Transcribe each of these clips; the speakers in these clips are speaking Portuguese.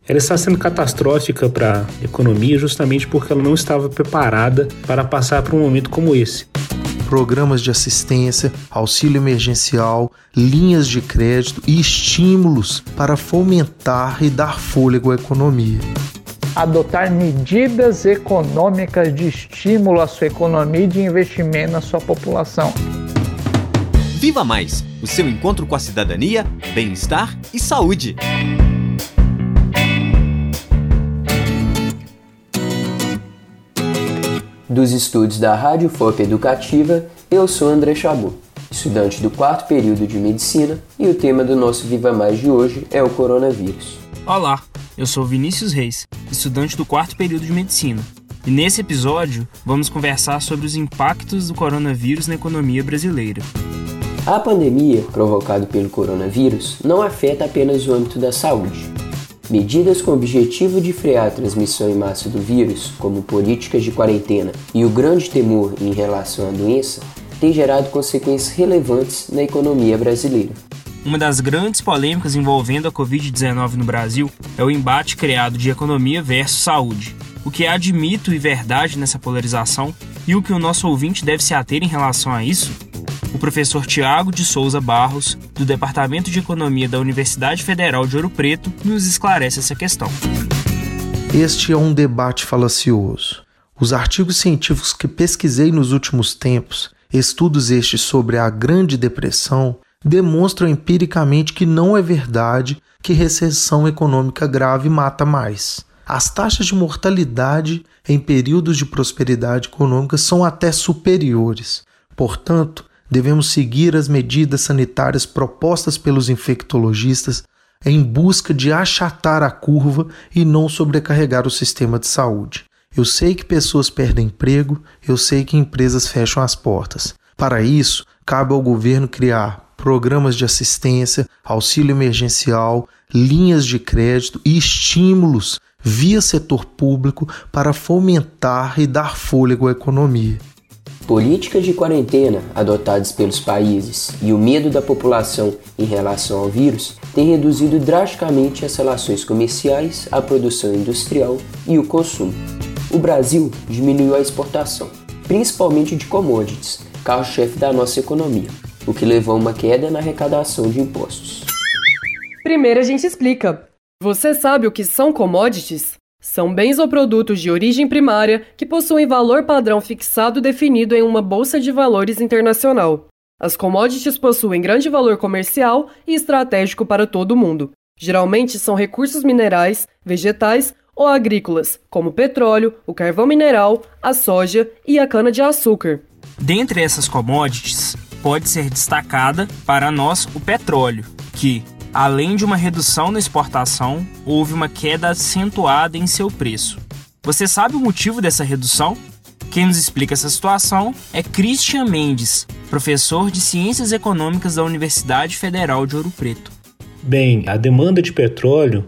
ela está sendo catastrófica para a economia justamente porque ela não estava preparada para passar por um momento como esse. Programas de assistência, auxílio emergencial, linhas de crédito e estímulos para fomentar e dar fôlego à economia. Adotar medidas econômicas de estímulo à sua economia e de investimento na sua população. Viva Mais, o seu encontro com a cidadania, bem-estar e saúde. Dos estúdios da Rádio FOP Educativa, eu sou André Chabot, estudante do 4º período de Medicina, e o tema do nosso Viva Mais de hoje é o coronavírus. Olá, eu sou Vinícius Reis, estudante do 4º período de Medicina, e nesse episódio vamos conversar sobre os impactos do coronavírus na economia brasileira. A pandemia provocada pelo coronavírus não afeta apenas o âmbito da saúde. Medidas com o objetivo de frear a transmissão em massa do vírus, como políticas de quarentena e o grande temor em relação à doença, têm gerado consequências relevantes na economia brasileira. Uma das grandes polêmicas envolvendo a Covid-19 no Brasil é o embate criado de economia versus saúde. O que há de mito e verdade nessa polarização e o que o nosso ouvinte deve se ater em relação a isso? O professor Tiago de Souza Barros, do Departamento de Economia da Universidade Federal de Ouro Preto, nos esclarece essa questão. Este é um debate falacioso. Os artigos científicos que pesquisei nos últimos tempos, estudos estes sobre a Grande Depressão, demonstram empiricamente que não é verdade que recessão econômica grave mata mais. As taxas de mortalidade em períodos de prosperidade econômica são até superiores. Portanto, devemos seguir as medidas sanitárias propostas pelos infectologistas em busca de achatar a curva e não sobrecarregar o sistema de saúde. Eu sei que pessoas perdem emprego, eu sei que empresas fecham as portas. Para isso, cabe ao governo criar programas de assistência, auxílio emergencial, linhas de crédito e estímulos via setor público para fomentar e dar fôlego à economia. Políticas de quarentena adotadas pelos países e o medo da população em relação ao vírus têm reduzido drasticamente as relações comerciais, a produção industrial e o consumo. O Brasil diminuiu a exportação, principalmente de commodities, carro-chefe da nossa economia, o que levou a uma queda na arrecadação de impostos. Primeiro a gente explica. Você sabe o que são commodities? São bens ou produtos de origem primária que possuem valor padrão fixado definido em uma bolsa de valores internacional. As commodities possuem grande valor comercial e estratégico para todo o mundo. Geralmente são recursos minerais, vegetais ou agrícolas, como o petróleo, o carvão mineral, a soja e a cana-de-açúcar. Dentre essas commodities, pode ser destacada para nós o petróleo, que, além de uma redução na exportação, houve uma queda acentuada em seu preço. Você sabe o motivo dessa redução? Quem nos explica essa situação é Christian Mendes, professor de Ciências Econômicas da Universidade Federal de Ouro Preto. Bem, a demanda de petróleo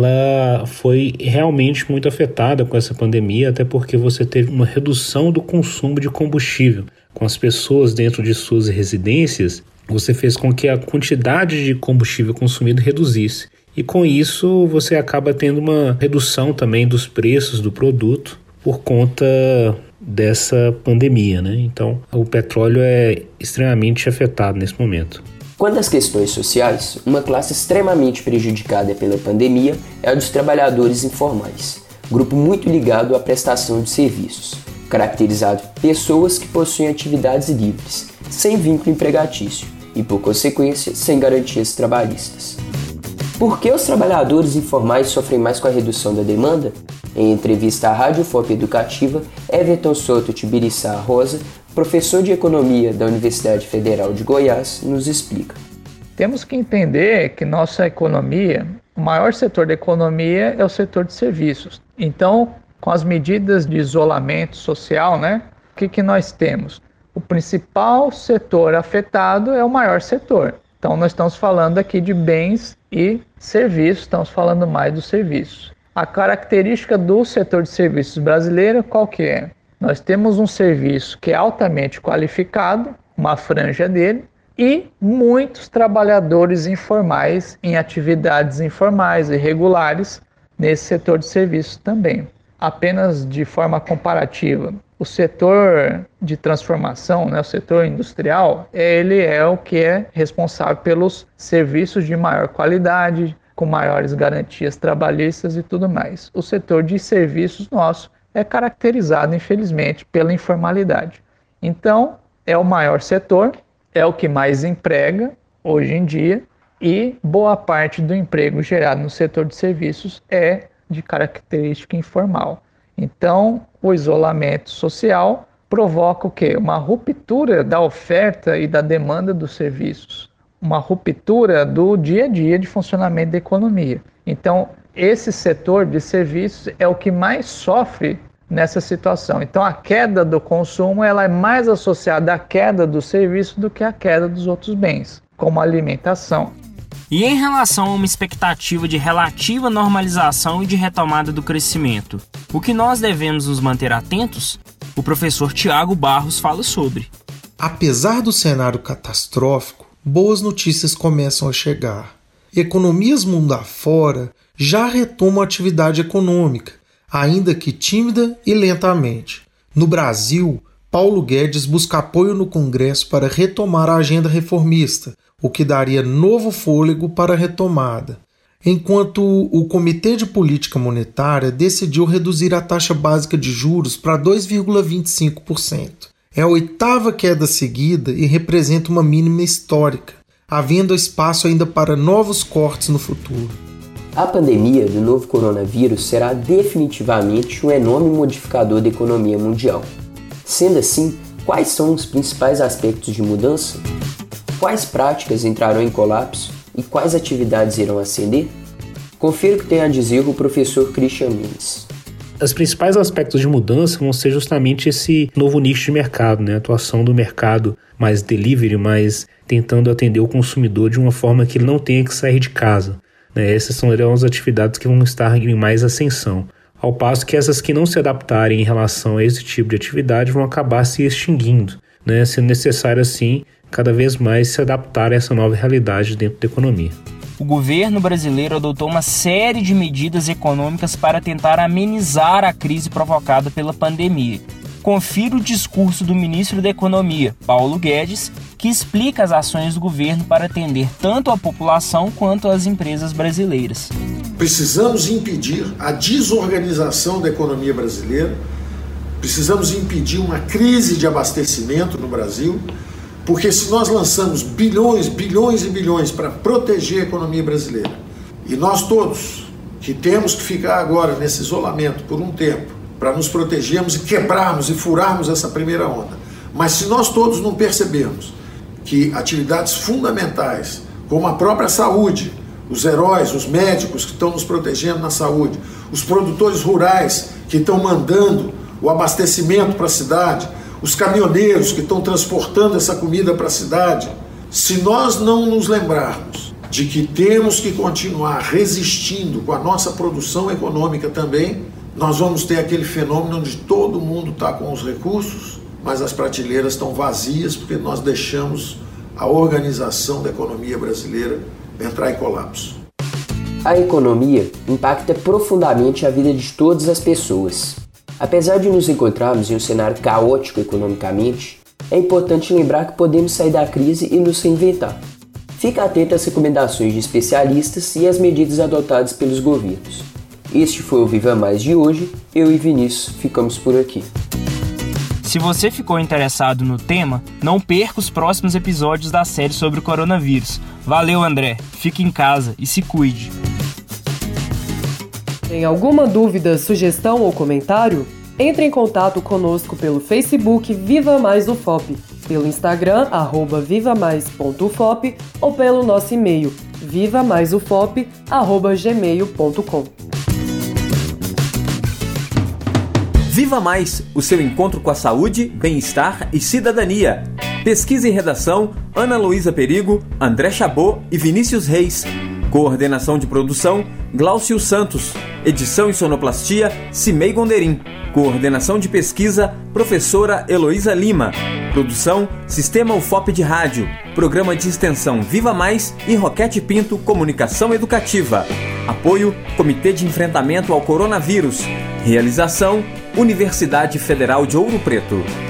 ela foi realmente muito afetada com essa pandemia, até porque você teve uma redução do consumo de combustível. Com as pessoas dentro de suas residências, você fez com que a quantidade de combustível consumido reduzisse. E com isso você acaba tendo uma redução também dos preços do produto por conta dessa pandemia, né? Então o petróleo é extremamente afetado nesse momento. Quanto às questões sociais, uma classe extremamente prejudicada pela pandemia é a dos trabalhadores informais, grupo muito ligado à prestação de serviços, caracterizado por pessoas que possuem atividades livres, sem vínculo empregatício e, por consequência, sem garantias trabalhistas. Por que os trabalhadores informais sofrem mais com a redução da demanda? Em entrevista à Rádio FOP Educativa, Everton Soto Tibiriçá Rosa, professor de Economia da Universidade Federal de Goiás, nos explica. Temos que entender que nossa economia, o maior setor da economia é o setor de serviços. Então, com as medidas de isolamento social, o que nós temos? O principal setor afetado é o maior setor. Então, nós estamos falando aqui de bens e serviços, estamos falando mais dos serviços. A característica do setor de serviços brasileiro, qual que é? Nós temos um serviço que é altamente qualificado, uma franja dele, e muitos trabalhadores informais em atividades informais, irregulares, nesse setor de serviços também. Apenas de forma comparativa, o setor de transformação, o setor industrial, ele é o que é responsável pelos serviços de maior qualidade, com maiores garantias trabalhistas e tudo mais. O setor de serviços nosso é caracterizado, infelizmente, pela informalidade. Então, é o maior setor, é o que mais emprega hoje em dia, e boa parte do emprego gerado no setor de serviços é de característica informal. Então, o isolamento social provoca o quê? Uma ruptura da oferta e da demanda dos serviços, uma ruptura do dia a dia de funcionamento da economia. Então, esse setor de serviços é o que mais sofre nessa situação. Então, a queda do consumo ela é mais associada à queda do serviço do que à queda dos outros bens, como a alimentação. E em relação a uma expectativa de relativa normalização e de retomada do crescimento, o que nós devemos nos manter atentos? O professor Tiago Barros fala sobre. Apesar do cenário catastrófico, boas notícias começam a chegar. Economias mundo afora já retomam a atividade econômica, ainda que tímida e lentamente. No Brasil, Paulo Guedes busca apoio no Congresso para retomar a agenda reformista, o que daria novo fôlego para a retomada, enquanto o Comitê de Política Monetária decidiu reduzir a taxa básica de juros para 2,25%. É a 8ª queda seguida e representa uma mínima histórica, havendo espaço ainda para novos cortes no futuro. A pandemia do novo coronavírus será definitivamente um enorme modificador da economia mundial. Sendo assim, quais são os principais aspectos de mudança? Quais práticas entrarão em colapso e quais atividades irão ascender? Confira o que tem a dizer o professor Christian Mendes. Os principais aspectos de mudança vão ser justamente esse novo nicho de mercado, a atuação do mercado mais delivery, mais tentando atender o consumidor de uma forma que ele não tenha que sair de casa. Essas serão as atividades que vão estar em mais ascensão. Ao passo que essas que não se adaptarem em relação a esse tipo de atividade vão acabar se extinguindo, sendo necessário assim cada vez mais se adaptar a essa nova realidade dentro da economia. O governo brasileiro adotou uma série de medidas econômicas para tentar amenizar a crise provocada pela pandemia. Confira o discurso do ministro da Economia, Paulo Guedes, que explica as ações do governo para atender tanto a população quanto as empresas brasileiras. Precisamos impedir a desorganização da economia brasileira, precisamos impedir uma crise de abastecimento no Brasil, porque se nós lançamos bilhões e bilhões para proteger a economia brasileira, e nós todos que temos que ficar agora nesse isolamento por um tempo, para nos protegermos e quebrarmos e furarmos essa primeira onda, mas se nós todos não percebermos que atividades fundamentais, como a própria saúde, os heróis, os médicos que estão nos protegendo na saúde, os produtores rurais que estão mandando o abastecimento para a cidade, os caminhoneiros que estão transportando essa comida para a cidade, se nós não nos lembrarmos de que temos que continuar resistindo com a nossa produção econômica também, nós vamos ter aquele fenômeno onde todo mundo está com os recursos, mas as prateleiras estão vazias porque nós deixamos a organização da economia brasileira entrar em colapso. A economia impacta profundamente a vida de todas as pessoas. Apesar de nos encontrarmos em um cenário caótico economicamente, é importante lembrar que podemos sair da crise e nos reinventar. Fique atento às recomendações de especialistas e às medidas adotadas pelos governos. Este foi o Viva Mais de hoje. Eu e Vinícius ficamos por aqui. Se você ficou interessado no tema, não perca os próximos episódios da série sobre o coronavírus. Valeu, André. Fique em casa e se cuide. Tem alguma dúvida, sugestão ou comentário? Entre em contato conosco pelo Facebook Viva Mais UFOP, pelo Instagram @vivamais.ufop ou pelo nosso e-mail vivamaisufop@gmail.com. Viva Mais, o seu encontro com a saúde, bem-estar e cidadania. Pesquisa e redação, Ana Luísa Perigo, André Chabot e Vinícius Reis. Coordenação de produção, Glaucio Santos. Edição e sonoplastia, Cimei Gonderim. Coordenação de pesquisa, professora Heloísa Lima. Produção, Sistema UFOP de Rádio. Programa de extensão Viva Mais e Roquete Pinto Comunicação Educativa. Apoio, Comitê de Enfrentamento ao Coronavírus. Realização, Universidade Federal de Ouro Preto.